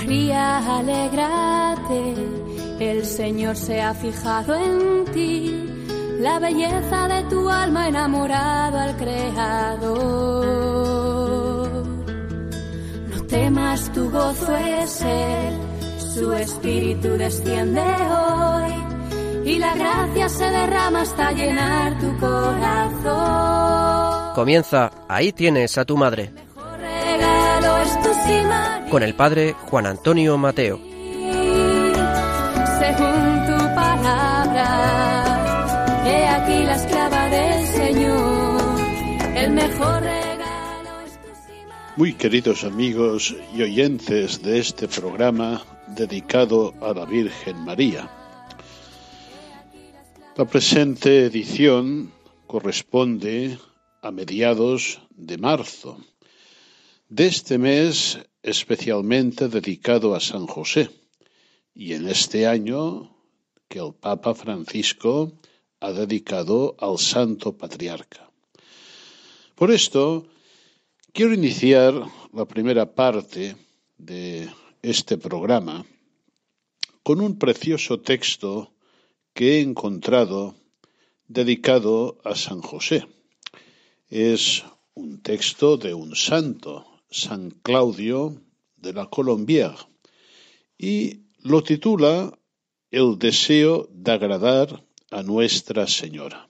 María, alégrate, el Señor se ha fijado en ti, la belleza de tu alma enamorado al Creador. No temas, tu gozo es Él, su espíritu desciende hoy y la gracia se derrama hasta llenar tu corazón. Comienza Ahí tienes a tu madre. El mejor regalo es tu sí, María. Con el padre Juan Antonio Mateo. Según tu palabra, he aquí la esclava del Señor. El mejor regalo es tu sí, María. Muy queridos amigos y oyentes de este programa dedicado a la Virgen María. La presente edición corresponde a mediados de marzo, de este mes especialmente dedicado a San José, y en este año que el Papa Francisco ha dedicado al Santo Patriarca. Por esto, quiero iniciar la primera parte de este programa con un precioso texto que he encontrado dedicado a San José. Es un texto de un santo, San Claudio de la Colombière, y lo titula El deseo de agradar a Nuestra Señora.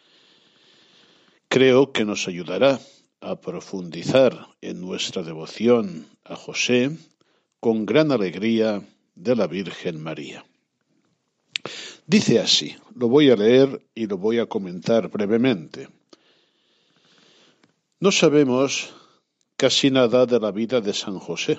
Creo que nos ayudará a profundizar en nuestra devoción a José con gran alegría de la Virgen María. Dice así, lo voy a leer y lo voy a comentar brevemente. No sabemos casi nada de la vida de San José.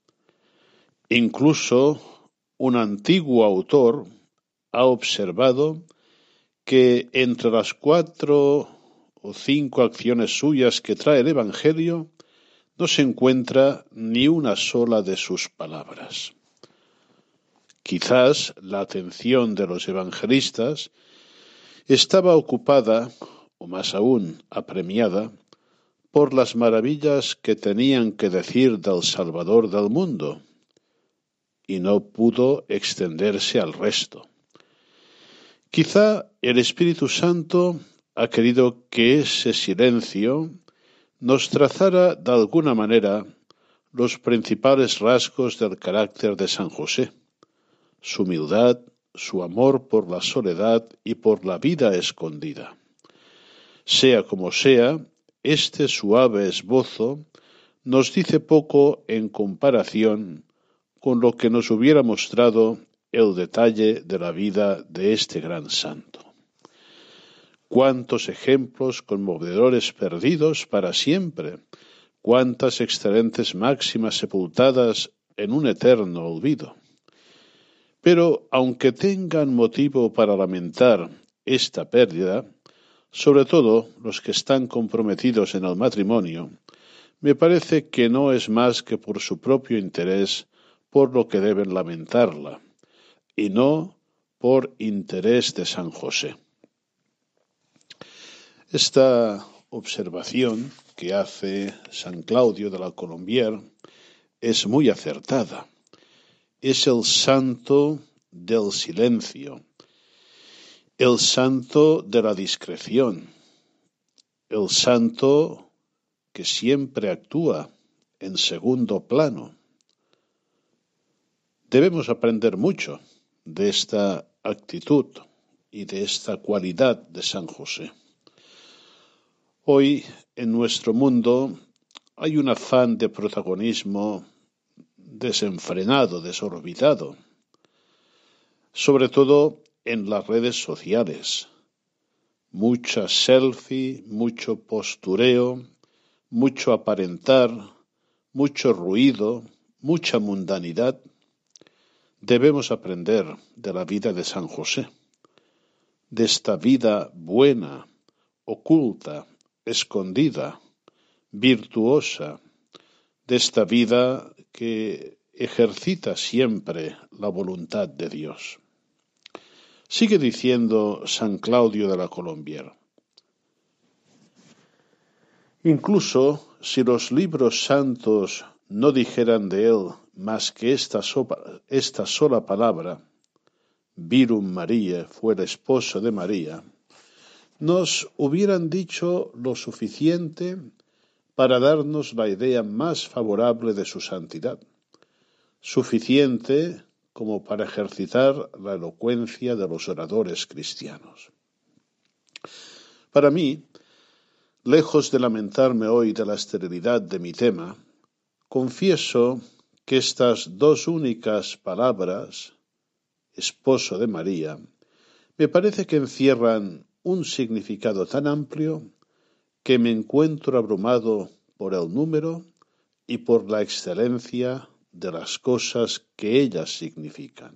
Incluso un antiguo autor ha observado que entre las 4 o 5 acciones suyas que trae el Evangelio no se encuentra ni una sola de sus palabras. Quizás la atención de los evangelistas estaba ocupada, o más aún apremiada, por las maravillas que tenían que decir del Salvador del mundo, y no pudo extenderse al resto. Quizá el Espíritu Santo ha querido que ese silencio nos trazara de alguna manera los principales rasgos del carácter de San José, su humildad, su amor por la soledad y por la vida escondida. Sea como sea, este suave esbozo nos dice poco en comparación con lo que nos hubiera mostrado el detalle de la vida de este gran santo. Cuántos ejemplos conmovedores perdidos para siempre, cuántas excelentes máximas sepultadas en un eterno olvido. Pero aunque tengan motivo para lamentar esta pérdida, sobre todo los que están comprometidos en el matrimonio, me parece que no es más que por su propio interés por lo que deben lamentarla, y no por interés de San José. Esta observación que hace San Claudio de la Colombière es muy acertada. Es el santo del silencio, el santo de la discreción, el santo que siempre actúa en segundo plano. Debemos aprender mucho de esta actitud y de esta cualidad de San José. Hoy, en nuestro mundo, hay un afán de protagonismo desenfrenado, desorbitado, sobre todo en las redes sociales. Mucha selfie, mucho postureo, mucho aparentar, mucho ruido, mucha mundanidad. Debemos aprender de la vida de San José, de esta vida buena, oculta, escondida, virtuosa, de esta vida que ejercita siempre la voluntad de Dios. Sigue diciendo San Claudio de la Colombière. Incluso si los libros santos no dijeran de él más que esta sola palabra, Virum María, fue el esposo de María, nos hubieran dicho lo suficiente para darnos la idea más favorable de su santidad, suficiente como para ejercitar la elocuencia de los oradores cristianos. Para mí, lejos de lamentarme hoy de la esterilidad de mi tema, confieso que estas dos únicas palabras, esposo de María, me parece que encierran un significado tan amplio que me encuentro abrumado por el número y por la excelencia de las cosas que ellas significan.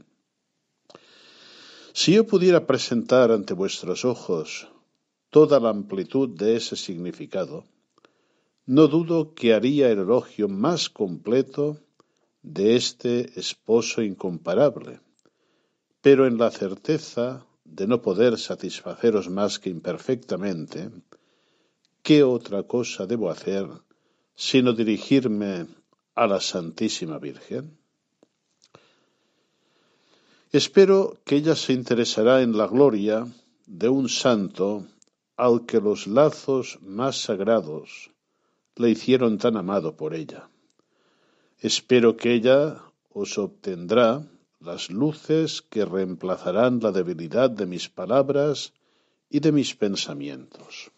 Si yo pudiera presentar ante vuestros ojos toda la amplitud de ese significado, no dudo que haría el elogio más completo de este esposo incomparable, pero en la certeza de no poder satisfaceros más que imperfectamente, ¿qué otra cosa debo hacer sino dirigirme a la Santísima Virgen? Espero que ella se interesará en la gloria de un santo al que los lazos más sagrados le hicieron tan amado por ella. Espero que ella os obtendrá las luces que reemplazarán la debilidad de mis palabras y de mis pensamientos.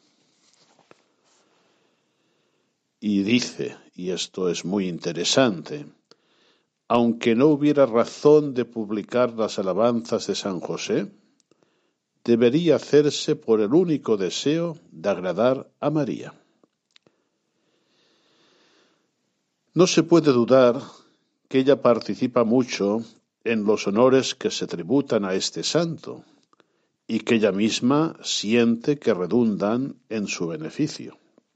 Y dice, y esto es muy interesante, aunque no hubiera razón de publicar las alabanzas de San José, debería hacerse por el único deseo de agradar a María. No se puede dudar que ella participa mucho en los honores que se tributan a este santo y que ella misma siente que redundan en su beneficio.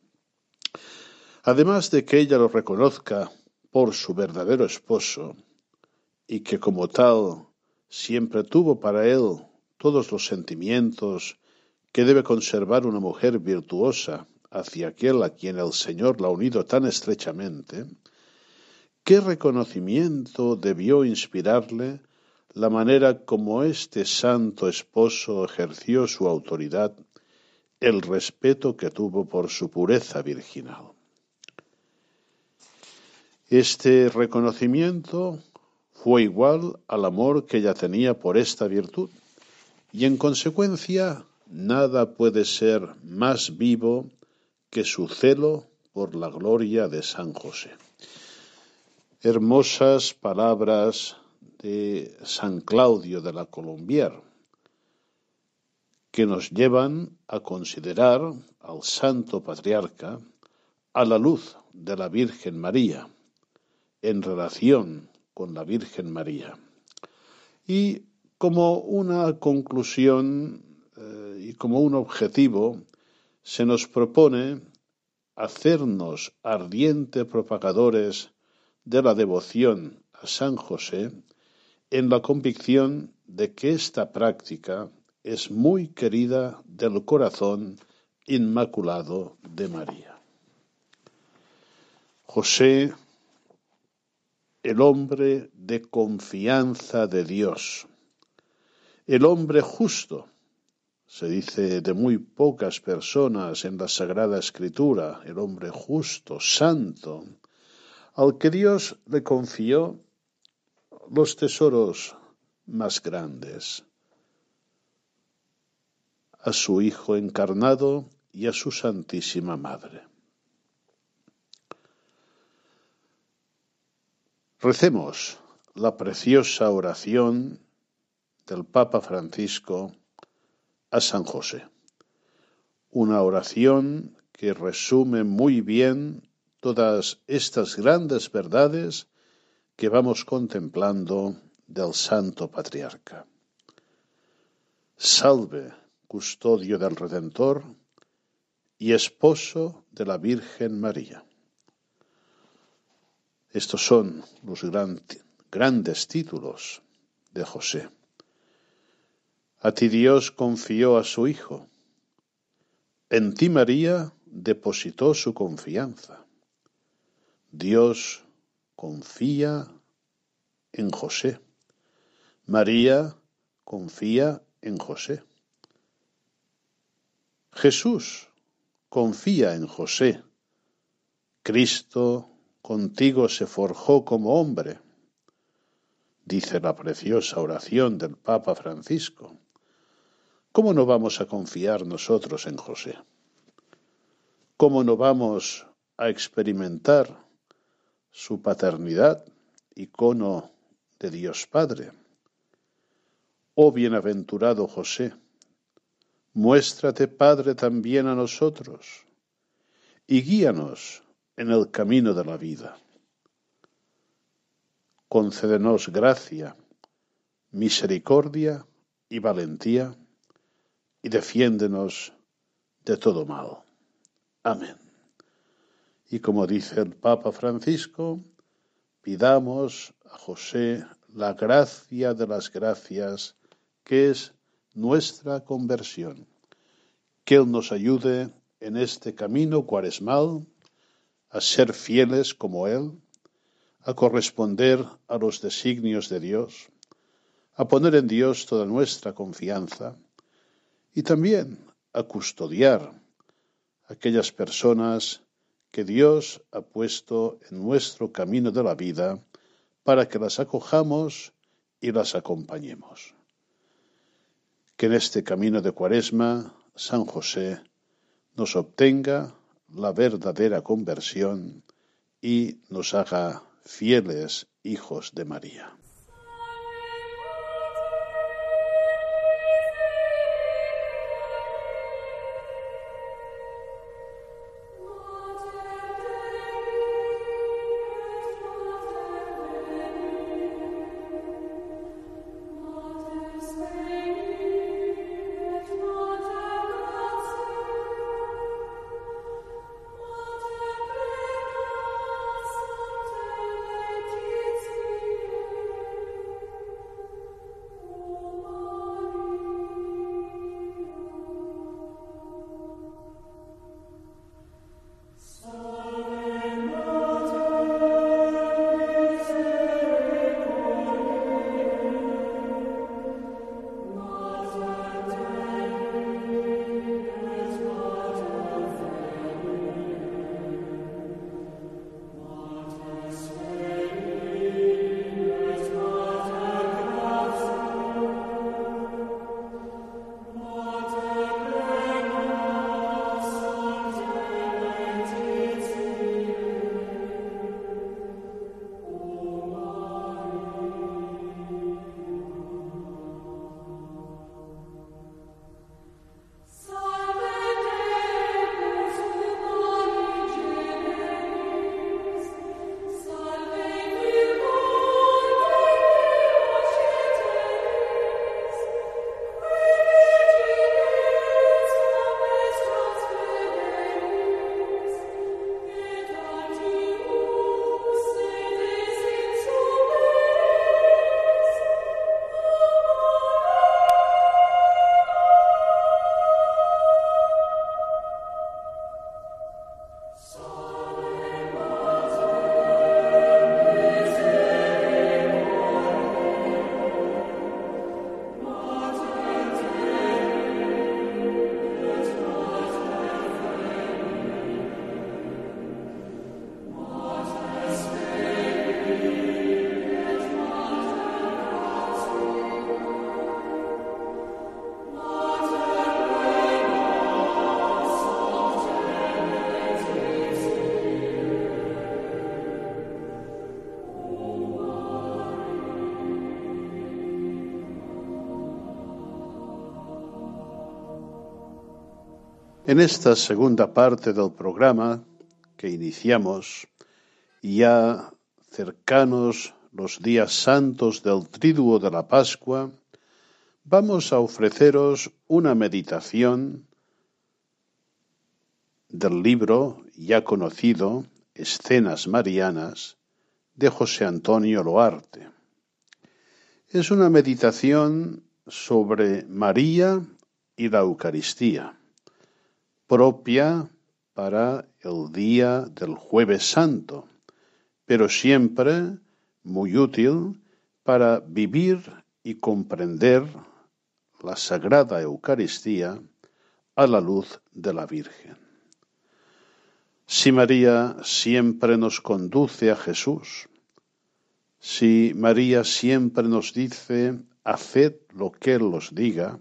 Además de que ella lo reconozca por su verdadero esposo y que como tal siempre tuvo para él todos los sentimientos que debe conservar una mujer virtuosa hacia aquel a quien el Señor la ha unido tan estrechamente, ¿qué reconocimiento debió inspirarle la manera como este santo esposo ejerció su autoridad, el respeto que tuvo por su pureza virginal? Este reconocimiento fue igual al amor que ella tenía por esta virtud, y en consecuencia nada puede ser más vivo que su celo por la gloria de San José. Hermosas palabras de San Claudio de la Colombière, que nos llevan a considerar al Santo Patriarca a la luz de la Virgen María, en relación con la Virgen María. Y como una conclusión y como un objetivo, se nos propone hacernos ardientes propagadores de la devoción a San José, en la convicción de que esta práctica es muy querida del corazón inmaculado de María. José, el hombre de confianza de Dios, el hombre justo, se dice de muy pocas personas en la Sagrada Escritura, el hombre justo, santo, al que Dios le confió los tesoros más grandes, a su Hijo encarnado y a su Santísima Madre. Recemos la preciosa oración del Papa Francisco a San José, una oración que resume muy bien todas estas grandes verdades que vamos contemplando del Santo Patriarca. Salve, custodio del Redentor y esposo de la Virgen María. Estos son los grandes títulos de José. A ti Dios confió a su Hijo. En ti María depositó su confianza. Dios confía en José. María confía en José. Jesús confía en José. Cristo contigo se forjó como hombre, dice la preciosa oración del Papa Francisco. ¿Cómo no vamos a confiar nosotros en José? ¿Cómo no vamos a experimentar su paternidad, icono de Dios Padre? Oh bienaventurado José, muéstrate Padre también a nosotros y guíanos en el camino de la vida. Concédenos gracia, misericordia y valentía y defiéndenos de todo mal. Amén. Y como dice el Papa Francisco, pidamos a José la gracia de las gracias, que es nuestra conversión. Que Él nos ayude en este camino cuaresmal a ser fieles como Él, a corresponder a los designios de Dios, a poner en Dios toda nuestra confianza y también a custodiar a aquellas personas que Dios ha puesto en nuestro camino de la vida para que las acojamos y las acompañemos. Que en este camino de Cuaresma, San José nos obtenga la verdadera conversión y nos haga fieles hijos de María. En esta segunda parte del programa que iniciamos, ya cercanos los días santos del Triduo de la Pascua, vamos a ofreceros una meditación del libro ya conocido, Escenas Marianas, de José Antonio Loarte. Es una meditación sobre María y la Eucaristía, propia para el día del Jueves Santo, pero siempre muy útil para vivir y comprender la Sagrada Eucaristía a la luz de la Virgen. Si María siempre nos conduce a Jesús, si María siempre nos dice, haced lo que Él os diga,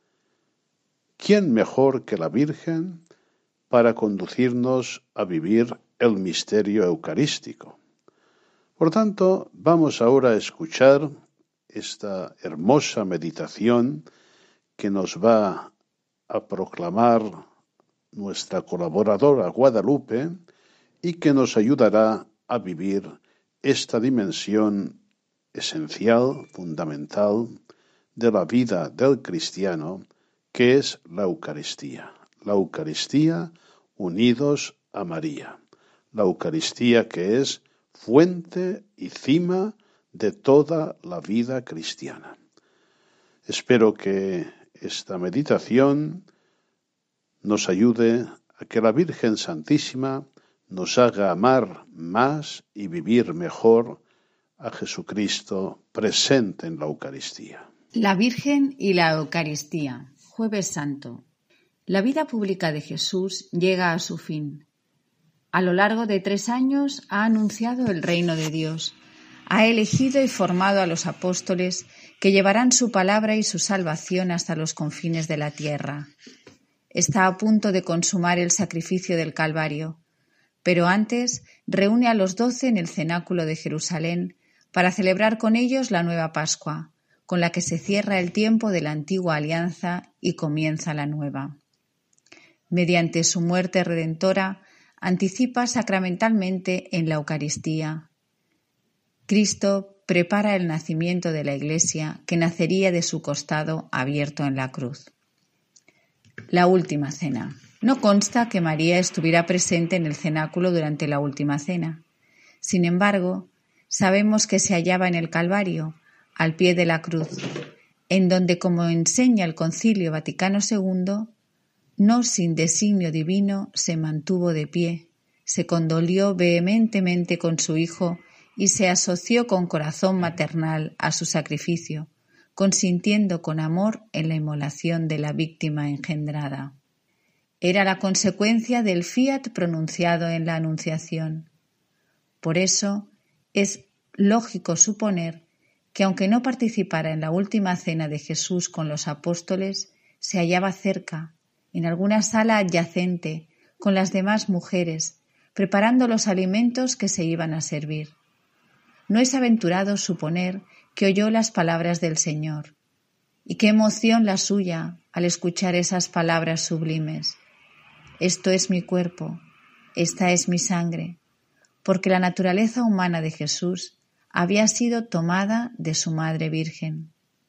¿quién mejor que la Virgen para conducirnos a vivir el misterio eucarístico? Por tanto, vamos ahora a escuchar esta hermosa meditación que nos va a proclamar nuestra colaboradora Guadalupe y que nos ayudará a vivir esta dimensión esencial, fundamental de la vida del cristiano, que es la Eucaristía. La Eucaristía unidos a María. La Eucaristía que es fuente y cima de toda la vida cristiana. Espero que esta meditación nos ayude a que la Virgen Santísima nos haga amar más y vivir mejor a Jesucristo presente en la Eucaristía. La Virgen y la Eucaristía. Jueves Santo. La vida pública de Jesús llega a su fin. A lo largo de 3 años ha anunciado el reino de Dios. Ha elegido y formado a los apóstoles que llevarán su palabra y su salvación hasta los confines de la tierra. Está a punto de consumar el sacrificio del Calvario, pero antes reúne a los 12 en el cenáculo de Jerusalén para celebrar con ellos la nueva Pascua, con la que se cierra el tiempo de la antigua alianza y comienza la nueva. Mediante su muerte redentora, anticipa sacramentalmente en la Eucaristía. Cristo prepara el nacimiento de la Iglesia que nacería de su costado abierto en la cruz. La última cena. No consta que María estuviera presente en el cenáculo durante la última cena. Sin embargo, sabemos que se hallaba en el Calvario, al pie de la cruz, en donde, como enseña el Concilio Vaticano II, no sin designio divino se mantuvo de pie, se condolió vehementemente con su Hijo y se asoció con corazón maternal a su sacrificio, consintiendo con amor en la inmolación de la víctima engendrada. Era la consecuencia del fiat pronunciado en la Anunciación. Por eso es lógico suponer que, aunque no participara en la última cena de Jesús con los apóstoles, se hallaba cerca, en alguna sala adyacente, con las demás mujeres, preparando los alimentos que se iban a servir. No es aventurado suponer que oyó las palabras del Señor. Y qué emoción la suya al escuchar esas palabras sublimes. Esto es mi cuerpo, esta es mi sangre, porque la naturaleza humana de Jesús había sido tomada de su Madre Virgen.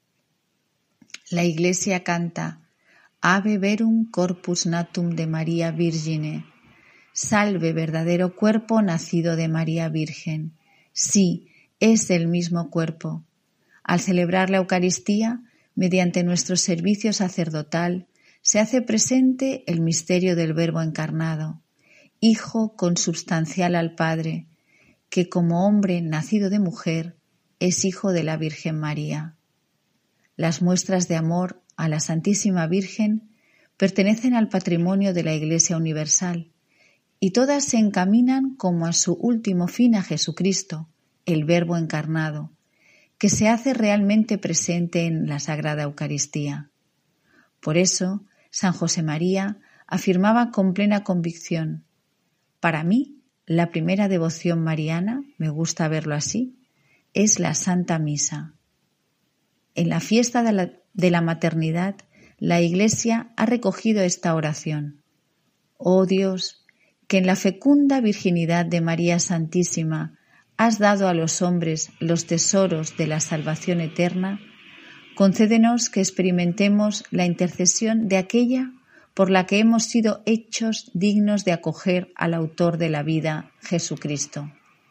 La Iglesia canta Ave verum corpus natum de María Virgine. Salve verdadero cuerpo nacido de María Virgen. Sí, es el mismo cuerpo. Al celebrar la Eucaristía, mediante nuestro servicio sacerdotal, se hace presente el misterio del Verbo encarnado, Hijo consubstancial al Padre, que como hombre nacido de mujer es hijo de la Virgen María. Las muestras de amor a la Santísima Virgen pertenecen al patrimonio de la Iglesia Universal y todas se encaminan como a su último fin a Jesucristo, el Verbo encarnado, que se hace realmente presente en la Sagrada Eucaristía. Por eso, San José María afirmaba con plena convicción: para mí, la primera devoción mariana, me gusta verlo así, es la Santa Misa. En la fiesta de la maternidad, la Iglesia ha recogido esta oración. Oh Dios, que en la fecunda virginidad de María Santísima has dado a los hombres los tesoros de la salvación eterna, concédenos que experimentemos la intercesión de aquella por la que hemos sido hechos dignos de acoger al autor de la vida, Jesucristo.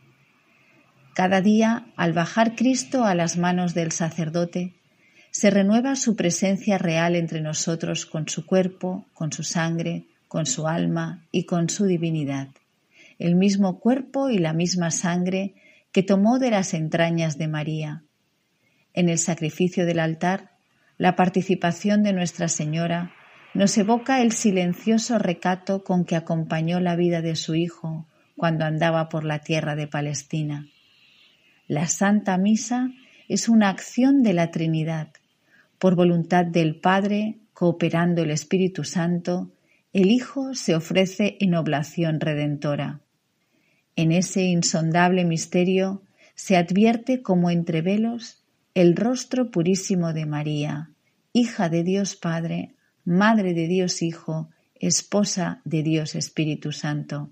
Cada día, al bajar Cristo a las manos del sacerdote, se renueva su presencia real entre nosotros con su cuerpo, con su sangre, con su alma y con su divinidad. El mismo cuerpo y la misma sangre que tomó de las entrañas de María. En el sacrificio del altar, la participación de Nuestra Señora nos evoca el silencioso recato con que acompañó la vida de su Hijo cuando andaba por la tierra de Palestina. La Santa Misa es una acción de la Trinidad. Por voluntad del Padre, cooperando el Espíritu Santo, el Hijo se ofrece en oblación redentora. En ese insondable misterio se advierte como entre velos el rostro purísimo de María, hija de Dios Padre, Madre de Dios Hijo, esposa de Dios Espíritu Santo.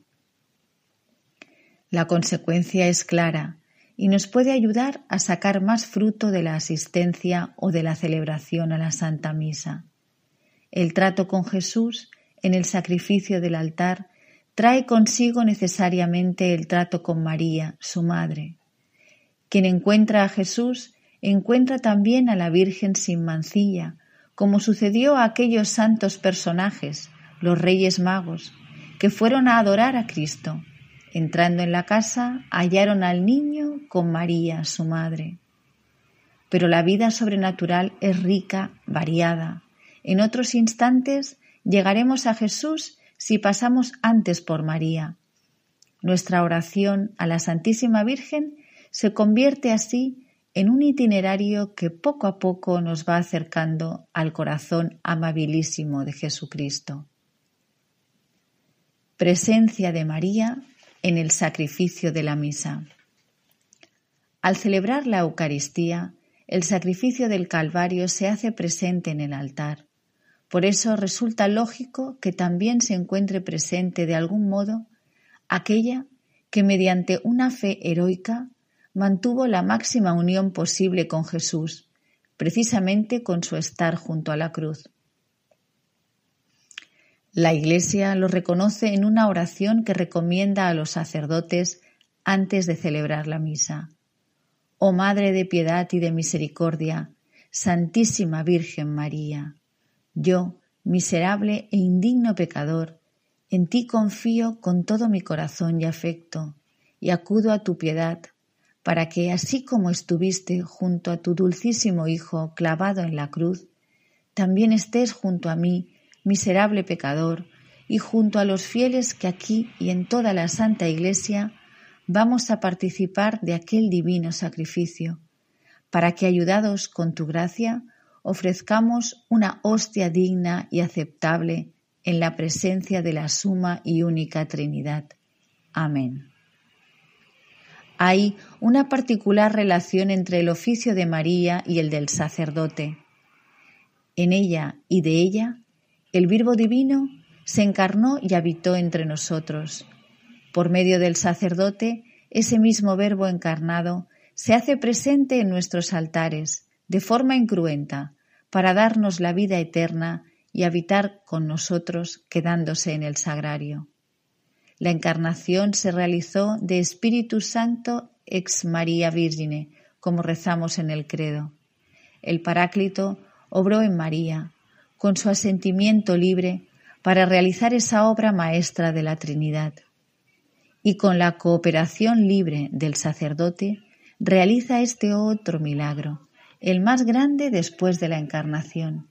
La consecuencia es clara y nos puede ayudar a sacar más fruto de la asistencia o de la celebración a la Santa Misa. El trato con Jesús en el sacrificio del altar trae consigo necesariamente el trato con María, su madre. Quien encuentra a Jesús encuentra también a la Virgen sin mancilla, como sucedió a aquellos santos personajes, los Reyes Magos, que fueron a adorar a Cristo. Entrando en la casa, hallaron al niño con María, su madre. Pero la vida sobrenatural es rica, variada. En otros instantes llegaremos a Jesús si pasamos antes por María. Nuestra oración a la Santísima Virgen se convierte así en un itinerario que poco a poco nos va acercando al corazón amabilísimo de Jesucristo. Presencia de María en el sacrificio de la misa. Al celebrar la Eucaristía, el sacrificio del Calvario se hace presente en el altar. Por eso resulta lógico que también se encuentre presente de algún modo aquella que mediante una fe heroica mantuvo la máxima unión posible con Jesús, precisamente con su estar junto a la cruz. La Iglesia lo reconoce en una oración que recomienda a los sacerdotes antes de celebrar la misa. Oh Madre de piedad y de misericordia, Santísima Virgen María, yo, miserable e indigno pecador, en ti confío con todo mi corazón y afecto, y acudo a tu piedad, para que, así como estuviste junto a tu dulcísimo Hijo clavado en la cruz, también estés junto a mí, miserable pecador, y junto a los fieles que aquí y en toda la Santa Iglesia vamos a participar de aquel divino sacrificio, para que, ayudados con tu gracia, ofrezcamos una hostia digna y aceptable en la presencia de la suma y única Trinidad. Amén. Hay una particular relación entre el oficio de María y el del sacerdote. En ella y de ella, el Verbo Divino se encarnó y habitó entre nosotros. Por medio del sacerdote, ese mismo Verbo encarnado se hace presente en nuestros altares, de forma incruenta, para darnos la vida eterna y habitar con nosotros quedándose en el sagrario. La encarnación se realizó de Espíritu Santo ex Maria Virgine, como rezamos en el credo. El Paráclito obró en María, con su asentimiento libre, para realizar esa obra maestra de la Trinidad. Y con la cooperación libre del sacerdote, realiza este otro milagro, el más grande después de la encarnación,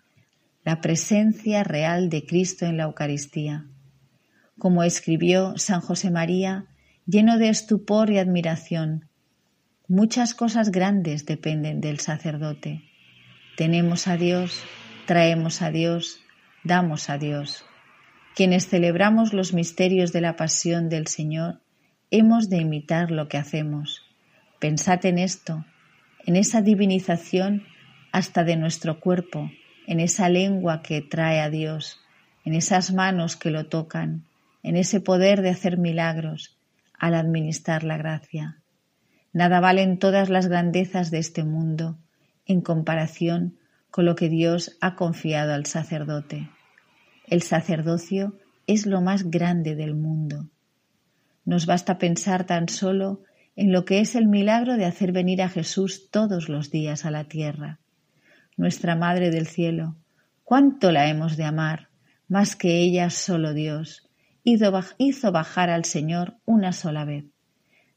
la presencia real de Cristo en la Eucaristía. Como escribió San José María, lleno de estupor y admiración, muchas cosas grandes dependen del sacerdote. Tenemos a Dios, traemos a Dios, damos a Dios. Quienes celebramos los misterios de la pasión del Señor, hemos de imitar lo que hacemos. Pensad en esto, en esa divinización hasta de nuestro cuerpo, en esa lengua que trae a Dios, en esas manos que lo tocan, en ese poder de hacer milagros al administrar la gracia. Nada valen todas las grandezas de este mundo en comparación con lo que Dios ha confiado al sacerdote. El sacerdocio es lo más grande del mundo. Nos basta pensar tan solo en lo que es el milagro de hacer venir a Jesús todos los días a la tierra. Nuestra Madre del Cielo, cuánto la hemos de amar, más que ella solo Dios, hizo bajar al Señor una sola vez.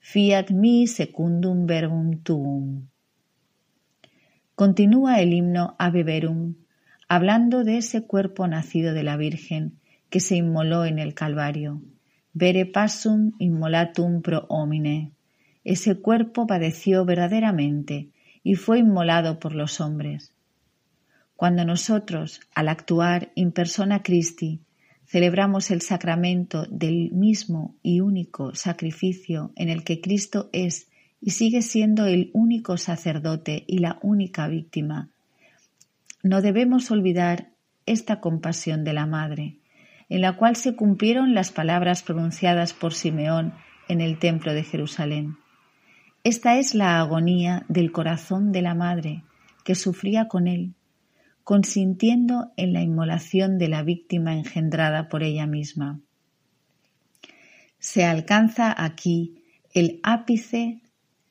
fiat mi secundum verbum tuum. Continúa el himno Ave Verum, hablando de ese cuerpo nacido de la Virgen que se inmoló en el Calvario. Vere passum immolatum pro homine. Ese cuerpo padeció verdaderamente y fue inmolado por los hombres. Cuando nosotros, al actuar in persona Christi, celebramos el sacramento del mismo y único sacrificio en el que Cristo es y sigue siendo el único sacerdote y la única víctima, no debemos olvidar esta compasión de la Madre, en la cual se cumplieron las palabras pronunciadas por Simeón en el templo de Jerusalén. Esta es la agonía del corazón de la Madre que sufría con él, consintiendo en la inmolación de la víctima engendrada por ella misma. Se alcanza aquí el ápice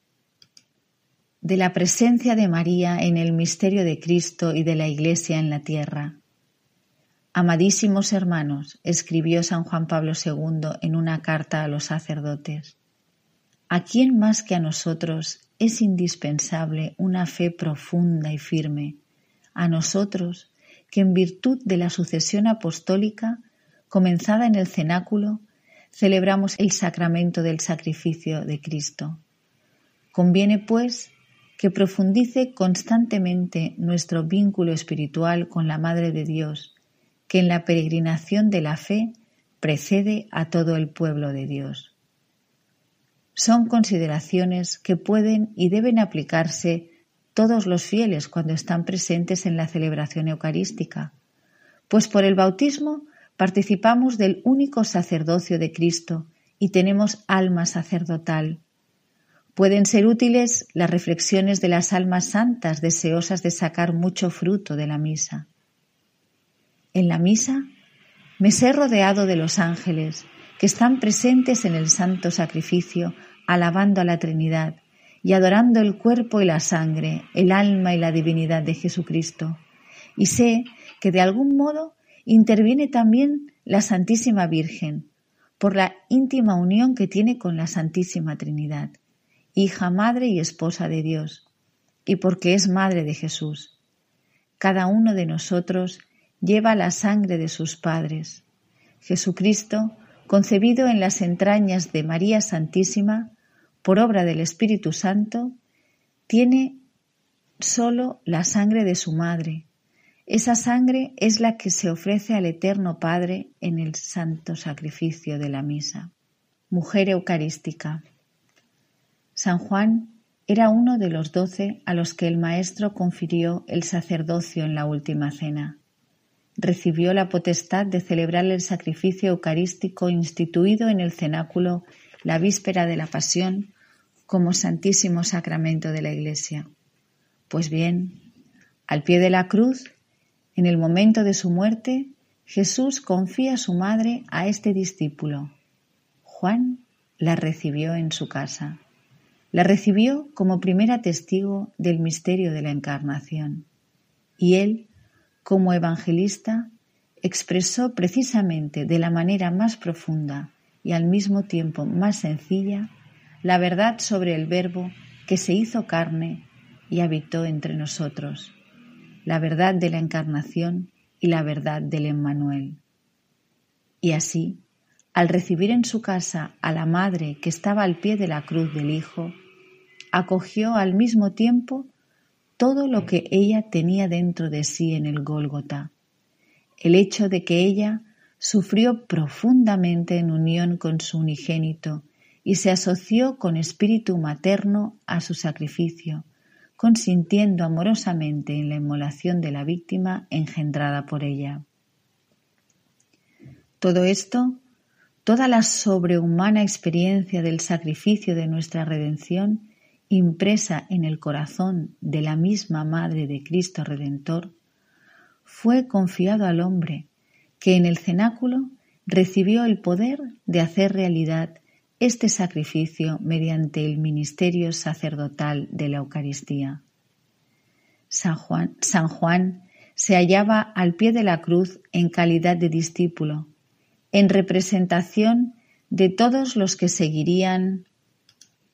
de la presencia de María en el misterio de Cristo y de la Iglesia en la tierra. Amadísimos hermanos, escribió San Juan Pablo II en una carta a los sacerdotes, ¿a quién más que a nosotros es indispensable una fe profunda y firme? A nosotros, que en virtud de la sucesión apostólica, comenzada en el cenáculo, celebramos el sacramento del sacrificio de Cristo. Conviene, pues, que profundice constantemente nuestro vínculo espiritual con la Madre de Dios, que en la peregrinación de la fe precede a todo el pueblo de Dios. Son consideraciones que pueden y deben aplicarse todos los fieles cuando están presentes en la celebración eucarística, pues por el bautismo participamos del único sacerdocio de Cristo y tenemos alma sacerdotal. Pueden ser útiles las reflexiones de las almas santas deseosas de sacar mucho fruto de la misa. En la misa me sé rodeado de los ángeles que están presentes en el santo sacrificio, alabando a la Trinidad y adorando el cuerpo y la sangre, el alma y la divinidad de Jesucristo. Y sé que de algún modo interviene también la Santísima Virgen, por la íntima unión que tiene con la Santísima Trinidad, hija, madre y esposa de Dios, y porque es madre de Jesús. Cada uno de nosotros lleva la sangre de sus padres. Jesucristo, concebido en las entrañas de María Santísima, por obra del Espíritu Santo, tiene solo la sangre de su madre. Esa sangre es la que se ofrece al Eterno Padre en el santo sacrificio de la misa. Mujer eucarística. San Juan era uno de los 12 a los que el Maestro confirió el sacerdocio en la última cena. Recibió la potestad de celebrar el sacrificio eucarístico instituido en el cenáculo la víspera de la Pasión como santísimo sacramento de la Iglesia. Pues bien, al pie de la cruz, en el momento de su muerte, Jesús confía a su madre a este discípulo. Juan la recibió en su casa. La recibió como primera testigo del misterio de la Encarnación. Y él, como evangelista, expresó precisamente de la manera más profunda y al mismo tiempo más sencilla la verdad sobre el Verbo que se hizo carne y habitó entre nosotros, la verdad de la Encarnación y la verdad del Emmanuel. Y así, al recibir en su casa a la madre que estaba al pie de la cruz del Hijo, acogió al mismo tiempo todo lo que ella tenía dentro de sí en el Gólgota, el hecho de que ella sufrió profundamente en unión con su unigénito y se asoció con espíritu materno a su sacrificio, consintiendo amorosamente en la inmolación de la víctima engendrada por ella. Todo esto, toda la sobrehumana experiencia del sacrificio de nuestra redención, impresa en el corazón de la misma Madre de Cristo Redentor, fue confiado al hombre, que en el cenáculo recibió el poder de hacer realidad este sacrificio mediante el ministerio sacerdotal de la Eucaristía. San Juan se hallaba al pie de la cruz en calidad de discípulo, en representación de todos los que seguirían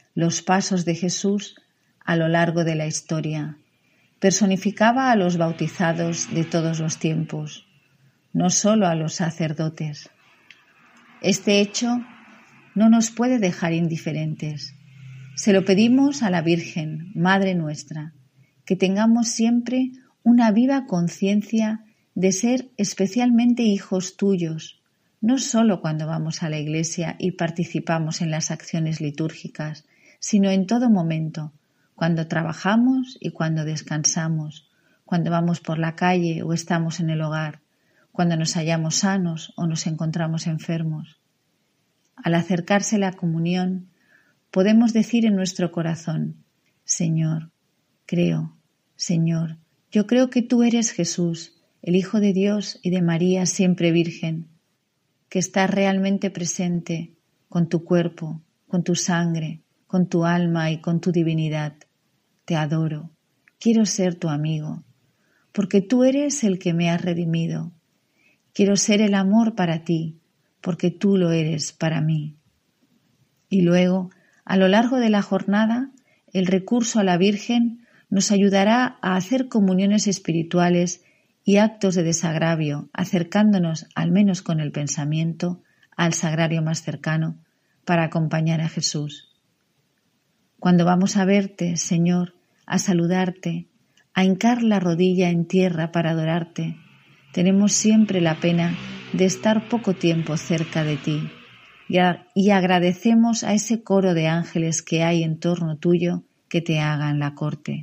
los pasos de Jesús a lo largo de la historia. Personificaba a los bautizados de todos los tiempos, no solo a los sacerdotes. Este hecho no nos puede dejar indiferentes. Se lo pedimos a la Virgen, Madre nuestra, que tengamos siempre una viva conciencia de ser especialmente hijos tuyos, no solo cuando vamos a la iglesia y participamos en las acciones litúrgicas, sino en todo momento, cuando trabajamos y cuando descansamos, cuando vamos por la calle o estamos en el hogar, cuando nos hallamos sanos o nos encontramos enfermos. Al acercarse la comunión, podemos decir en nuestro corazón: Señor, creo, Señor, yo creo que tú eres Jesús, el Hijo de Dios y de María siempre Virgen, que estás realmente presente con tu cuerpo, con tu sangre, con tu alma y con tu divinidad. Te adoro, quiero ser tu amigo, porque tú eres el que me has redimido. Quiero ser el amor para ti, porque tú lo eres para mí. Y luego, a lo largo de la jornada, el recurso a la Virgen nos ayudará a hacer comuniones espirituales y actos de desagravio, acercándonos, al menos con el pensamiento, al sagrario más cercano, para acompañar a Jesús. Cuando vamos a verte, Señor, a saludarte, a hincar la rodilla en tierra para adorarte, tenemos siempre la pena de estar poco tiempo cerca de ti y agradecemos a ese coro de ángeles que hay en torno tuyo que te hagan la corte.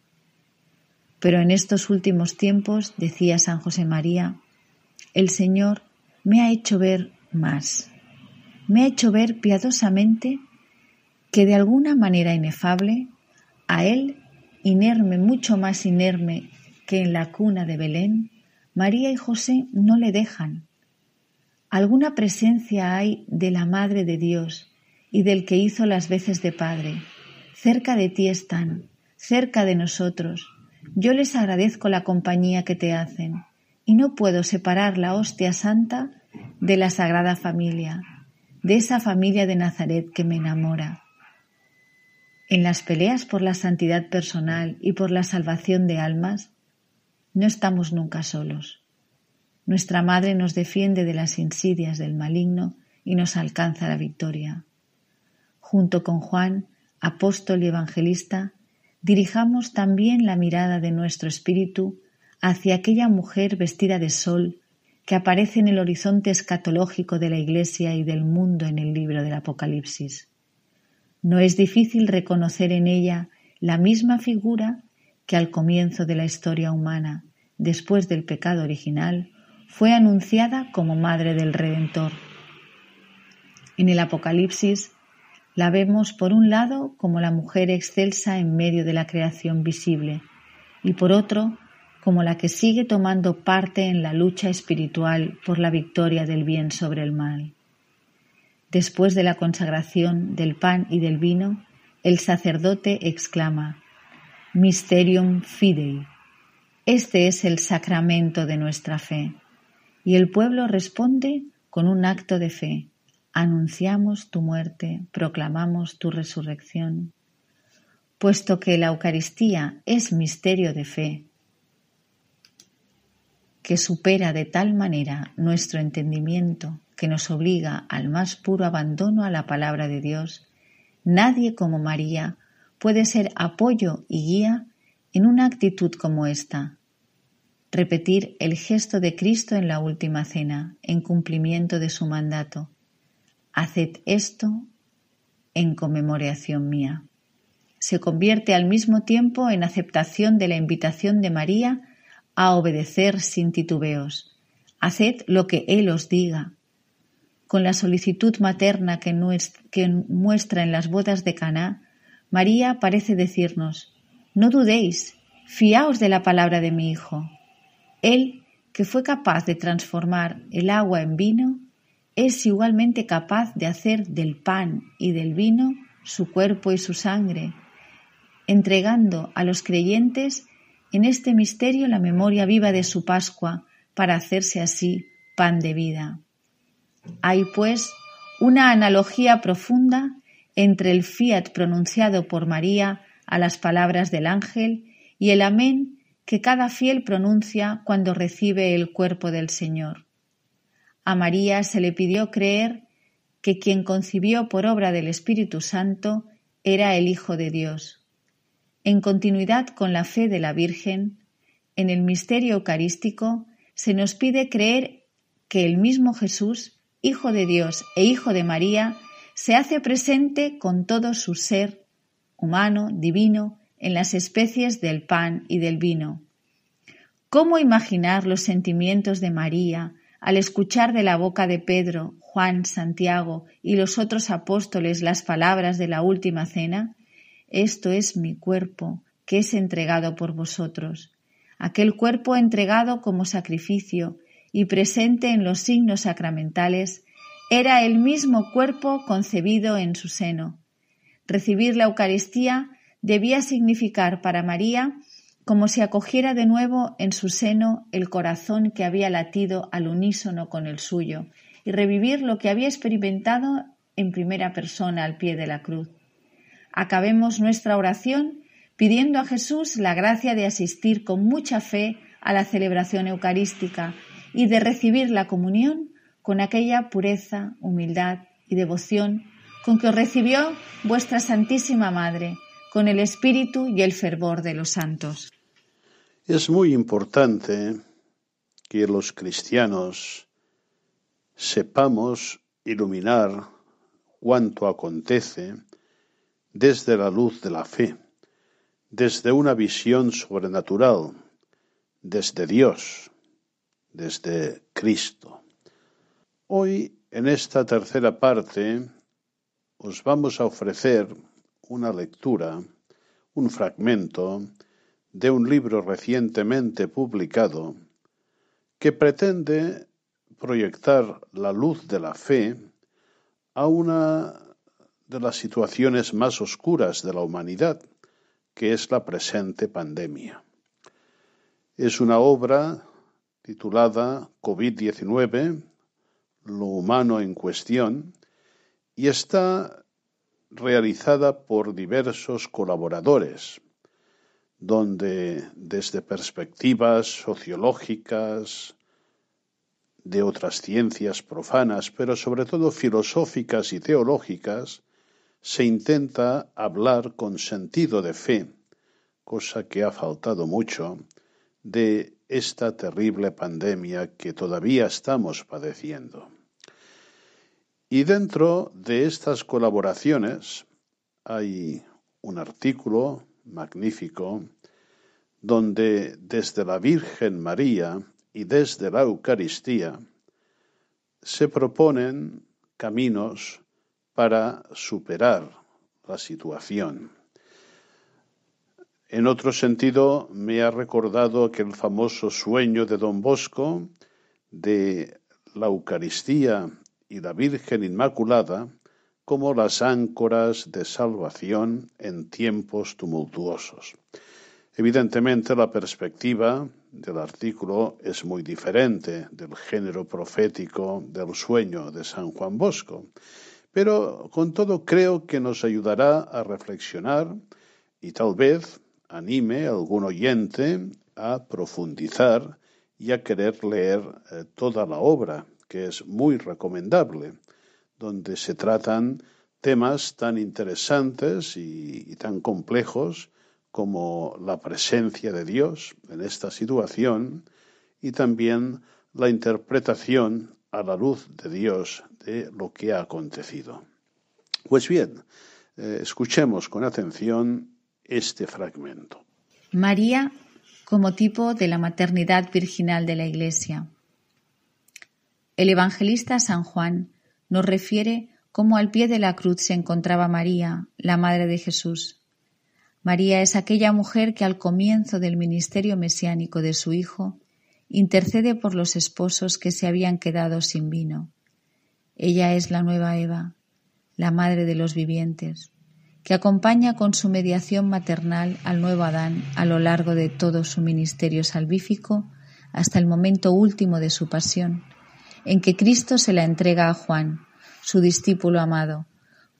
Pero en estos últimos tiempos, decía San José María, el Señor me ha hecho ver más, me ha hecho ver piadosamente que de alguna manera inefable, a Él, inerme, mucho más inerme que en la cuna de Belén, María y José no le dejan. Alguna presencia hay de la Madre de Dios y del que hizo las veces de Padre. Cerca de ti están, cerca de nosotros. Yo les agradezco la compañía que te hacen y no puedo separar la hostia santa de la Sagrada Familia, de esa familia de Nazaret que me enamora. En las peleas por la santidad personal y por la salvación de almas, no estamos nunca solos. Nuestra Madre nos defiende de las insidias del maligno y nos alcanza la victoria. Junto con Juan, apóstol y evangelista, dirijamos también la mirada de nuestro espíritu hacia aquella mujer vestida de sol que aparece en el horizonte escatológico de la Iglesia y del mundo en el libro del Apocalipsis. No es difícil reconocer en ella la misma figura que al comienzo de la historia humana, después del pecado original, fue anunciada como Madre del Redentor. En el Apocalipsis la vemos por un lado como la mujer excelsa en medio de la creación visible y por otro como la que sigue tomando parte en la lucha espiritual por la victoria del bien sobre el mal. Después de la consagración del pan y del vino, el sacerdote exclama: Mysterium Fidei. Este es el sacramento de nuestra fe. Y el pueblo responde con un acto de fe. Anunciamos tu muerte, proclamamos tu resurrección. Puesto que la Eucaristía es misterio de fe, que supera de tal manera nuestro entendimiento, que nos obliga al más puro abandono a la palabra de Dios, nadie como María puede ser apoyo y guía en una actitud como esta. Repetir el gesto de Cristo en la última cena, en cumplimiento de su mandato. Haced esto en conmemoración mía. Se convierte al mismo tiempo en aceptación de la invitación de María a obedecer sin titubeos. Haced lo que Él os diga. Con la solicitud materna que muestra en las bodas de Caná, María parece decirnos: no dudéis, fiaos de la palabra de mi Hijo. Él, que fue capaz de transformar el agua en vino, es igualmente capaz de hacer del pan y del vino su cuerpo y su sangre, entregando a los creyentes en este misterio la memoria viva de su Pascua para hacerse así pan de vida. Hay, pues, una analogía profunda entre el fiat pronunciado por María a las palabras del ángel y el amén que cada fiel pronuncia cuando recibe el cuerpo del Señor. A María se le pidió creer que quien concibió por obra del Espíritu Santo era el Hijo de Dios. En continuidad con la fe de la Virgen, en el misterio eucarístico se nos pide creer que el mismo Jesús, Hijo de Dios e Hijo de María, se hace presente con todo su ser, humano, divino, en las especies del pan y del vino. ¿Cómo imaginar los sentimientos de María al escuchar de la boca de Pedro, Juan, Santiago y los otros apóstoles las palabras de la última cena? Esto es mi cuerpo, que es entregado por vosotros. Aquel cuerpo entregado como sacrificio y presente en los signos sacramentales era el mismo cuerpo concebido en su seno. Recibir la Eucaristía debía significar para María como si acogiera de nuevo en su seno el corazón que había latido al unísono con el suyo y revivir lo que había experimentado en primera persona al pie de la cruz. Acabemos nuestra oración pidiendo a Jesús la gracia de asistir con mucha fe a la celebración eucarística y de recibir la comunión con aquella pureza, humildad y devoción con que os recibió vuestra Santísima Madre, con el espíritu y el fervor de los santos. Es muy importante que los cristianos sepamos iluminar cuanto acontece desde la luz de la fe, desde una visión sobrenatural, desde Dios, desde Cristo. Hoy, en esta tercera parte, os vamos a ofrecer una lectura, un fragmento de un libro recientemente publicado que pretende proyectar la luz de la fe a una de las situaciones más oscuras de la humanidad, que es la presente pandemia. Es una obra titulada COVID-19, lo humano en cuestión, y está realizada por diversos colaboradores, donde desde perspectivas sociológicas, de otras ciencias profanas, pero sobre todo filosóficas y teológicas, se intenta hablar con sentido de fe, cosa que ha faltado mucho, de esta terrible pandemia que todavía estamos padeciendo. Y dentro de estas colaboraciones hay un artículo magnífico donde desde la Virgen María y desde la Eucaristía se proponen caminos para superar la situación. En otro sentido, me ha recordado aquel famoso sueño de Don Bosco de la Eucaristía y la Virgen Inmaculada como las áncoras de salvación en tiempos tumultuosos. Evidentemente, la perspectiva del artículo es muy diferente del género profético del sueño de San Juan Bosco, pero con todo creo que nos ayudará a reflexionar y tal vez anime a algún oyente a profundizar y a querer leer toda la obra, que es muy recomendable, donde se tratan temas tan interesantes y tan complejos como la presencia de Dios en esta situación y también la interpretación a la luz de Dios de lo que ha acontecido. Pues bien, escuchemos con atención este fragmento. María como tipo de la maternidad virginal de la Iglesia. El evangelista San Juan nos refiere cómo al pie de la cruz se encontraba María, la Madre de Jesús. María es aquella mujer que al comienzo del ministerio mesiánico de su Hijo intercede por los esposos que se habían quedado sin vino. Ella es la nueva Eva, la Madre de los vivientes, que acompaña con su mediación maternal al nuevo Adán a lo largo de todo su ministerio salvífico hasta el momento último de su pasión, en que Cristo se la entrega a Juan, su discípulo amado,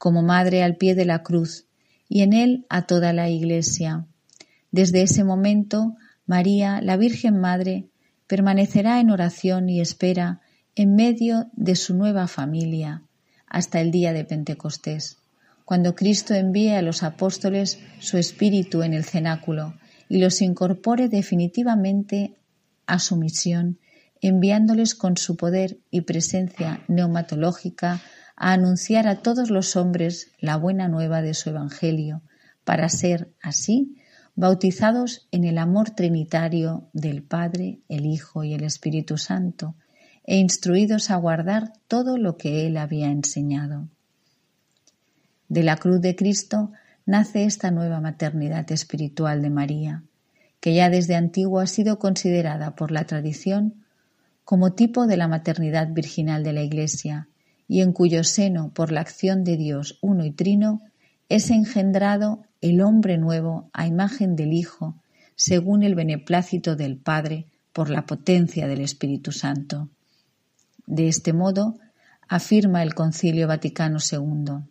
como madre al pie de la cruz, y en él a toda la Iglesia. Desde ese momento, María, la Virgen Madre, permanecerá en oración y espera en medio de su nueva familia hasta el día de Pentecostés, cuando Cristo envíe a los apóstoles su Espíritu en el cenáculo y los incorpore definitivamente a su misión, enviándoles con su poder y presencia neumatológica a anunciar a todos los hombres la buena nueva de su Evangelio, para ser, así, bautizados en el amor trinitario del Padre, el Hijo y el Espíritu Santo, e instruidos a guardar todo lo que Él había enseñado. De la cruz de Cristo nace esta nueva maternidad espiritual de María, que ya desde antiguo ha sido considerada por la tradición como tipo de la maternidad virginal de la Iglesia, y en cuyo seno, por la acción de Dios uno y trino, es engendrado el hombre nuevo a imagen del Hijo, según el beneplácito del Padre, por la potencia del Espíritu Santo. De este modo, afirma el Concilio Vaticano II.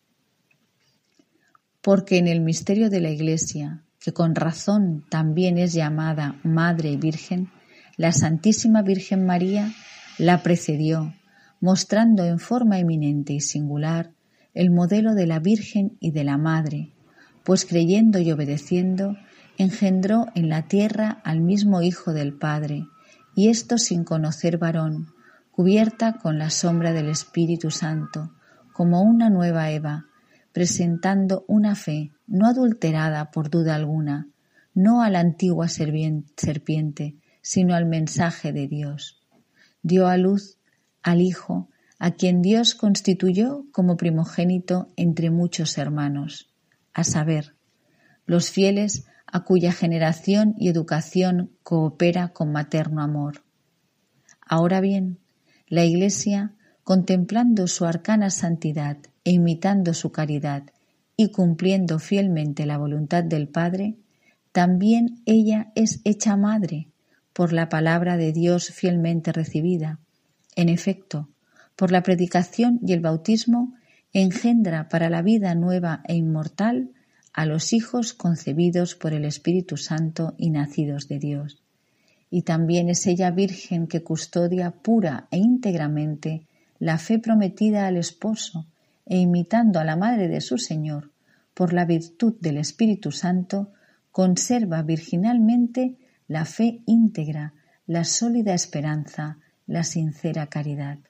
Porque en el misterio de la Iglesia, que con razón también es llamada Madre y Virgen, la Santísima Virgen María la precedió, mostrando en forma eminente y singular el modelo de la Virgen y de la Madre, pues creyendo y obedeciendo, engendró en la tierra al mismo Hijo del Padre, y esto sin conocer varón, cubierta con la sombra del Espíritu Santo, como una nueva Eva, presentando una fe no adulterada por duda alguna, no a la antigua serpiente, sino al mensaje de Dios. Dio a luz al Hijo, a quien Dios constituyó como primogénito entre muchos hermanos, a saber, los fieles a cuya generación y educación coopera con materno amor. Ahora bien, la Iglesia, contemplando su arcana santidad e imitando su caridad y cumpliendo fielmente la voluntad del Padre, también ella es hecha madre por la palabra de Dios fielmente recibida. En efecto, por la predicación y el bautismo, engendra para la vida nueva e inmortal a los hijos concebidos por el Espíritu Santo y nacidos de Dios. Y también es ella virgen que custodia pura e íntegramente la fe prometida al esposo, e imitando a la madre de su Señor, por la virtud del Espíritu Santo, conserva virginalmente la fe íntegra, la sólida esperanza, la sincera caridad.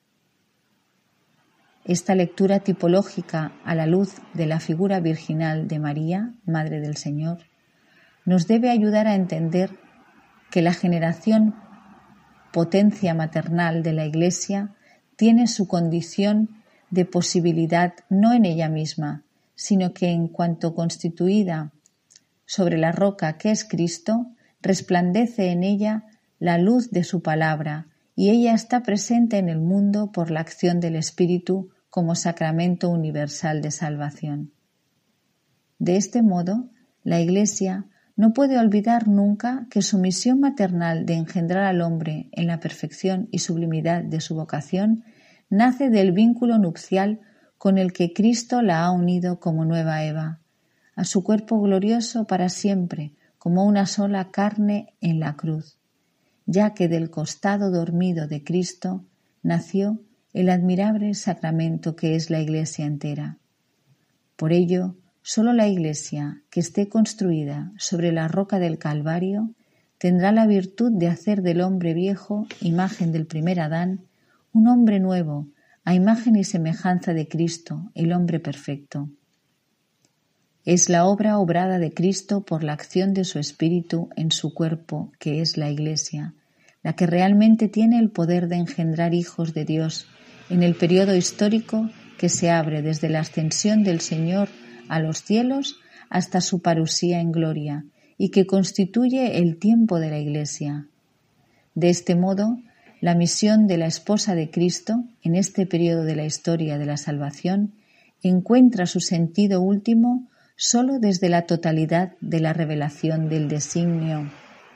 Esta lectura tipológica a la luz de la figura virginal de María, Madre del Señor, nos debe ayudar a entender que la generación potencia maternal de la Iglesia tiene su condición de posibilidad no en ella misma, sino que en cuanto constituida sobre la roca que es Cristo, resplandece en ella la luz de su palabra, y ella está presente en el mundo por la acción del Espíritu como sacramento universal de salvación. De este modo, la Iglesia no puede olvidar nunca que su misión maternal de engendrar al hombre en la perfección y sublimidad de su vocación nace del vínculo nupcial con el que Cristo la ha unido como nueva Eva, a su cuerpo glorioso para siempre, como una sola carne en la cruz, ya que del costado dormido de Cristo nació el admirable sacramento que es la Iglesia entera. Por ello, sólo la Iglesia, que esté construida sobre la roca del Calvario, tendrá la virtud de hacer del hombre viejo, imagen del primer Adán, un hombre nuevo, a imagen y semejanza de Cristo, el hombre perfecto. Es la obra obrada de Cristo por la acción de su Espíritu en su cuerpo, que es la Iglesia, la que realmente tiene el poder de engendrar hijos de Dios en el periodo histórico que se abre desde la ascensión del Señor a los cielos hasta su parusía en gloria, y que constituye el tiempo de la Iglesia. De este modo, la misión de la esposa de Cristo en este periodo de la historia de la salvación encuentra su sentido último sólo desde la totalidad de la revelación del designio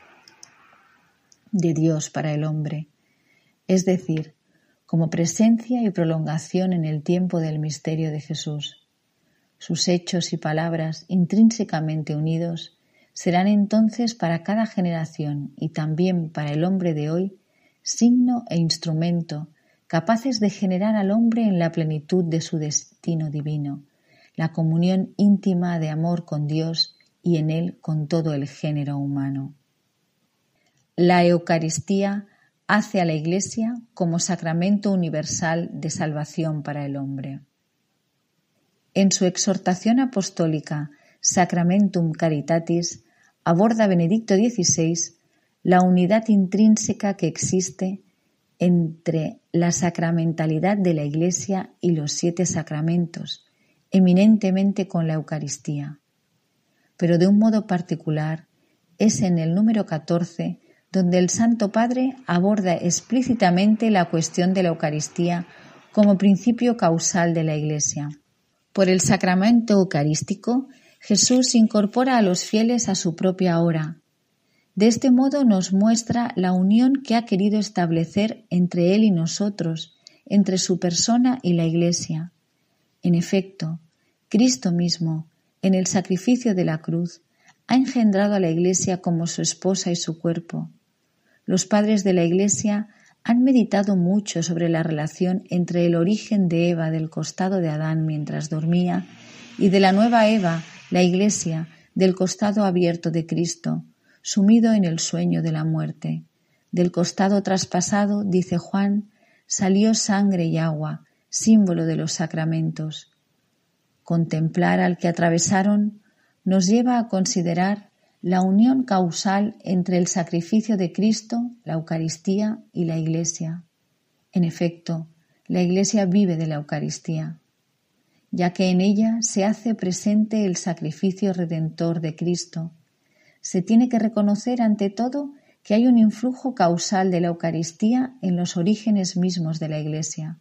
de Dios para el hombre, es decir, como presencia y prolongación en el tiempo del misterio de Jesús. sus hechos y palabras intrínsecamente unidos, serán entonces para cada generación y también para el hombre de hoy signo e instrumento capaces de generar al hombre en la plenitud de su destino divino, la comunión íntima de amor con Dios y en él con todo el género humano. La Eucaristía hace a la Iglesia como sacramento universal de salvación para el hombre. En su exhortación apostólica Sacramentum Caritatis aborda Benedicto XVI la unidad intrínseca que existe entre la sacramentalidad de la Iglesia y los 7 sacramentos, eminentemente con la Eucaristía. Pero de un modo particular es en el número 14 donde el Santo Padre aborda explícitamente la cuestión de la Eucaristía como principio causal de la Iglesia. Por el sacramento eucarístico, Jesús incorpora a los fieles a su propia hora. De este modo nos muestra la unión que ha querido establecer entre Él y nosotros, entre su persona y la Iglesia. En efecto, Cristo mismo, en el sacrificio de la cruz, ha engendrado a la Iglesia como su esposa y su cuerpo. Los padres de la Iglesia han meditado mucho sobre la relación entre el origen de Eva del costado de Adán mientras dormía y de la nueva Eva, la Iglesia, del costado abierto de Cristo, sumido en el sueño de la muerte. Del costado traspasado, dice Juan, salió sangre y agua, símbolo de los sacramentos. Contemplar al que atravesaron nos lleva a considerar la unión causal entre el sacrificio de Cristo, la Eucaristía y la Iglesia. En efecto, la Iglesia vive de la Eucaristía, ya que en ella se hace presente el sacrificio redentor de Cristo. Se tiene que reconocer ante todo que hay un influjo causal de la Eucaristía en los orígenes mismos de la Iglesia.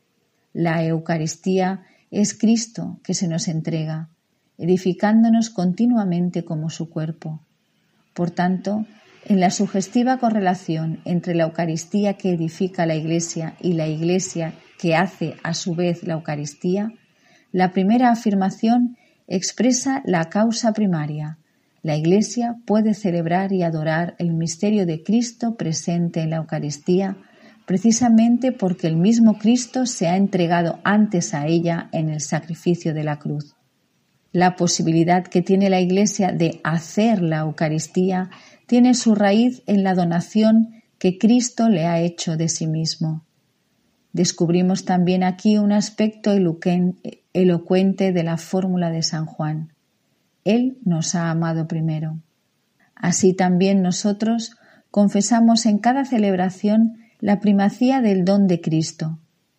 La Eucaristía es Cristo que se nos entrega, edificándonos continuamente como su cuerpo. Por tanto, en la sugestiva correlación entre la Eucaristía que edifica la Iglesia y la Iglesia que hace a su vez la Eucaristía, la primera afirmación expresa la causa primaria. La Iglesia puede celebrar y adorar el misterio de Cristo presente en la Eucaristía, precisamente porque el mismo Cristo se ha entregado antes a ella en el sacrificio de la cruz. La posibilidad que tiene la Iglesia de hacer la Eucaristía tiene su raíz en la donación que Cristo le ha hecho de sí mismo. Descubrimos también aquí un aspecto elocuente de la fórmula de San Juan. Él nos ha amado primero. Así también nosotros confesamos en cada celebración la primacía del don de Cristo.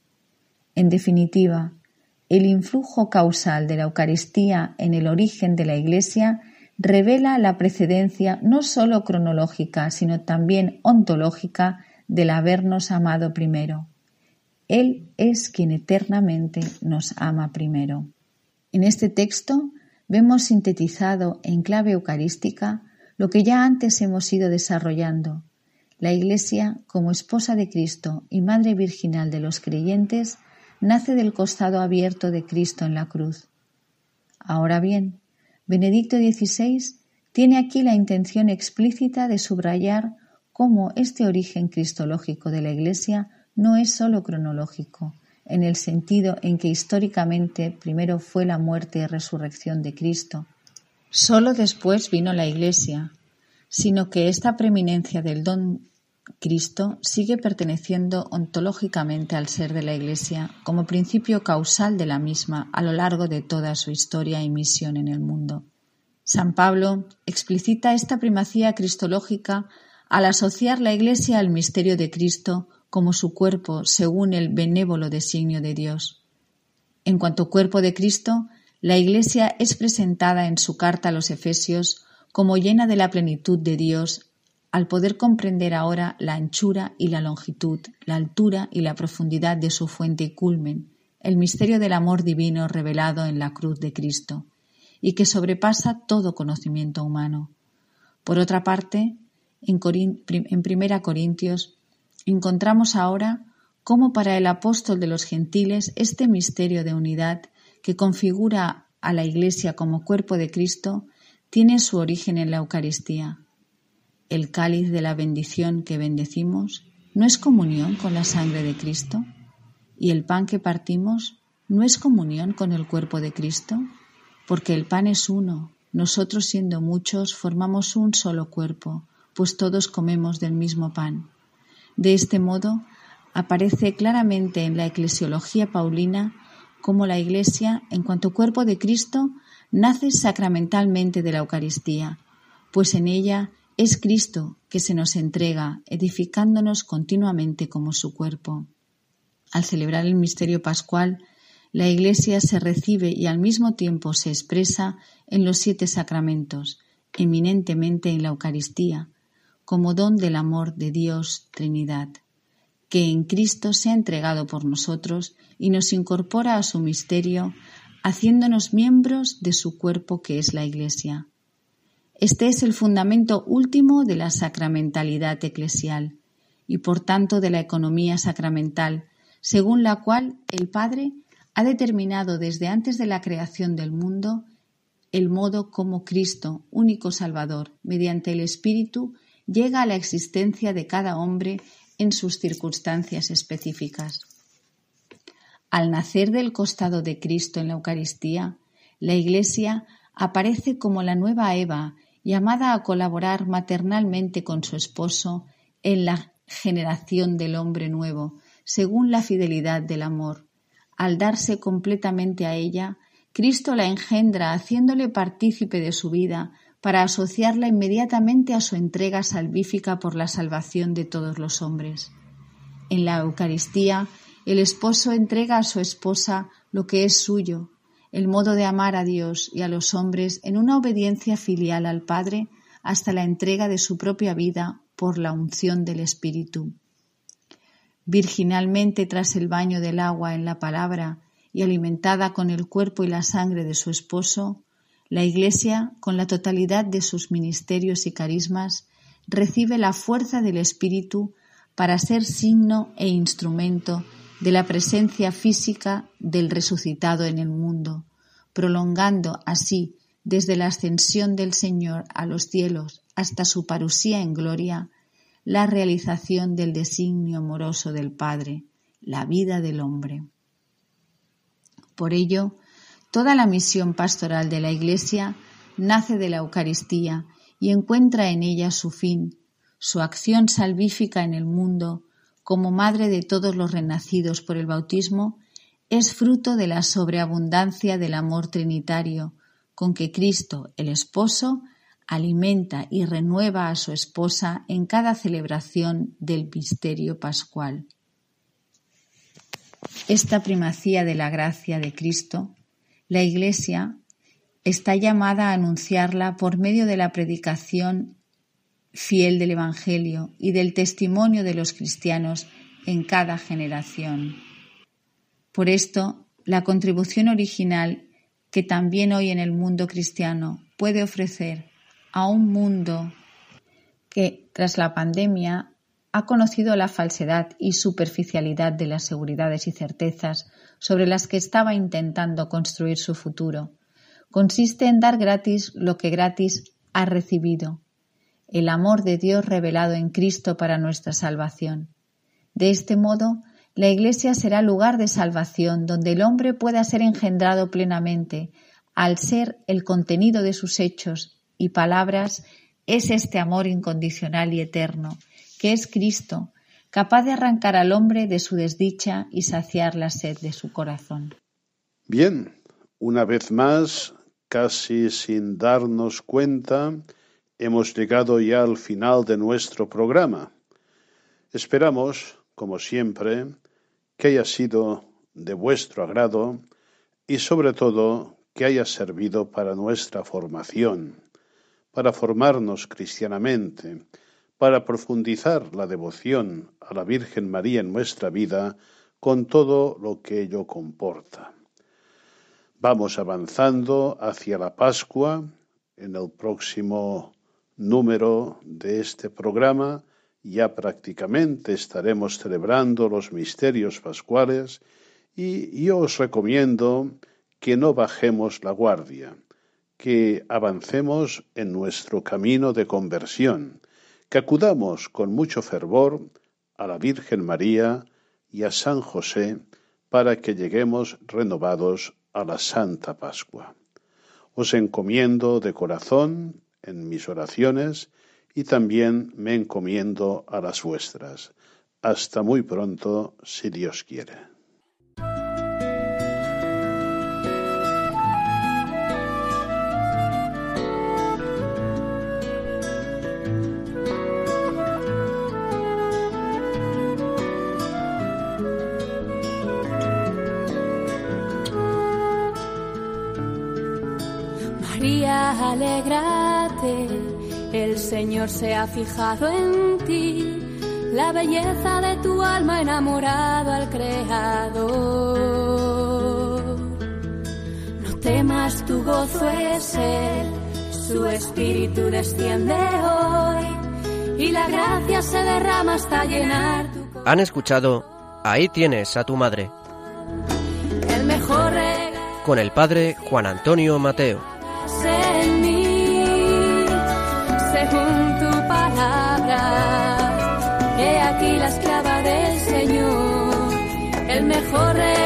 En definitiva, el influjo causal de la Eucaristía en el origen de la Iglesia revela la precedencia no sólo cronológica, sino también ontológica del habernos amado primero. Él es quien eternamente nos ama primero. En este texto vemos sintetizado en clave eucarística lo que ya antes hemos ido desarrollando. La Iglesia, como esposa de Cristo y madre virginal de los creyentes, nace del costado abierto de Cristo en la cruz. Ahora bien, Benedicto XVI tiene aquí la intención explícita de subrayar cómo este origen cristológico de la Iglesia no es sólo cronológico, en el sentido en que históricamente primero fue la muerte y resurrección de Cristo. Sólo después vino la Iglesia, sino que esta preeminencia del don Cristo sigue perteneciendo ontológicamente al ser de la Iglesia como principio causal de la misma a lo largo de toda su historia y misión en el mundo. San Pablo explicita esta primacía cristológica al asociar la Iglesia al misterio de Cristo como su cuerpo según el benévolo designio de Dios. En cuanto cuerpo de Cristo, la Iglesia es presentada en su carta a los Efesios como llena de la plenitud de Dios, al poder comprender ahora la anchura y la longitud, la altura y la profundidad de su fuente y culmen, el misterio del amor divino revelado en la cruz de Cristo, y que sobrepasa todo conocimiento humano. Por otra parte, en 1 Corintios, encontramos ahora cómo para el apóstol de los gentiles este misterio de unidad que configura a la Iglesia como cuerpo de Cristo tiene su origen en la Eucaristía. El cáliz de la bendición que bendecimos no es comunión con la sangre de Cristo, y el pan que partimos no es comunión con el cuerpo de Cristo, porque el pan es uno, nosotros siendo muchos formamos un solo cuerpo, pues todos comemos del mismo pan. De este modo, aparece claramente en la eclesiología paulina cómo la Iglesia, en cuanto cuerpo de Cristo, nace sacramentalmente de la Eucaristía, pues en ella es Cristo que se nos entrega, edificándonos continuamente como su cuerpo. Al celebrar el misterio pascual, la Iglesia se recibe y al mismo tiempo se expresa en los 7 sacramentos, eminentemente en la Eucaristía, como don del amor de Dios Trinidad, que en Cristo se ha entregado por nosotros y nos incorpora a su misterio, haciéndonos miembros de su cuerpo que es la Iglesia. Este es el fundamento último de la sacramentalidad eclesial y por tanto de la economía sacramental, según la cual el Padre ha determinado desde antes de la creación del mundo el modo como Cristo, único Salvador, mediante el Espíritu, llega a la existencia de cada hombre en sus circunstancias específicas. Al nacer del costado de Cristo en la Eucaristía, la Iglesia aparece como la nueva Eva, llamada a colaborar maternalmente con su esposo en la generación del hombre nuevo, según la fidelidad del amor. Al darse completamente a ella, Cristo la engendra haciéndole partícipe de su vida para asociarla inmediatamente a su entrega salvífica por la salvación de todos los hombres. En la Eucaristía, el esposo entrega a su esposa lo que es suyo, el modo de amar a Dios y a los hombres en una obediencia filial al Padre hasta la entrega de su propia vida por la unción del Espíritu. Virginalmente tras el baño del agua en la palabra y alimentada con el cuerpo y la sangre de su esposo, la Iglesia, con la totalidad de sus ministerios y carismas, recibe la fuerza del Espíritu para ser signo e instrumento de la presencia física del resucitado en el mundo, prolongando así desde la ascensión del Señor a los cielos hasta su parusía en gloria, la realización del designio amoroso del Padre, la vida del hombre. Por ello, toda la misión pastoral de la Iglesia nace de la Eucaristía y encuentra en ella su fin, su acción salvífica en el mundo, como madre de todos los renacidos por el bautismo, es fruto de la sobreabundancia del amor trinitario, con que Cristo, el esposo, alimenta y renueva a su esposa en cada celebración del misterio pascual. Esta primacía de la gracia de Cristo, la Iglesia está llamada a anunciarla por medio de la predicación fiel del Evangelio y del testimonio de los cristianos en cada generación. Por esto, la contribución original que también hoy en el mundo cristiano puede ofrecer a un mundo que, tras la pandemia, ha conocido la falsedad y superficialidad de las seguridades y certezas sobre las que estaba intentando construir su futuro, consiste en dar gratis lo que gratis ha recibido, el amor de Dios revelado en Cristo para nuestra salvación. De este modo, la Iglesia será lugar de salvación donde el hombre pueda ser engendrado plenamente, al ser el contenido de sus hechos y palabras es este amor incondicional y eterno, que es Cristo, capaz de arrancar al hombre de su desdicha y saciar la sed de su corazón. Bien, una vez más, casi sin darnos cuenta, hemos llegado ya al final de nuestro programa. Esperamos, como siempre, que haya sido de vuestro agrado y sobre todo que haya servido para nuestra formación, para formarnos cristianamente, para profundizar la devoción a la Virgen María en nuestra vida con todo lo que ello comporta. Vamos avanzando hacia la Pascua. En el próximo número de este programa ya prácticamente estaremos celebrando los misterios pascuales y yo os recomiendo que no bajemos la guardia, que avancemos en nuestro camino de conversión, que acudamos con mucho fervor a la Virgen María y a San José para que lleguemos renovados a la Santa Pascua. Os encomiendo de corazón en mis oraciones y también me encomiendo a las vuestras. Hasta muy pronto, si Dios quiere. María, alégrate, el Señor se ha fijado en ti, la belleza de tu alma ha enamorado al Creador. No temas, tu gozo es Él, su espíritu desciende hoy, y la gracia se derrama hasta llenar tu corazón. Han escuchado Ahí tienes a tu madre, El mejor regalo con el padre Juan Antonio Mateo. en mí, según tu palabra, he aquí la esclava del Señor, el mejor rey.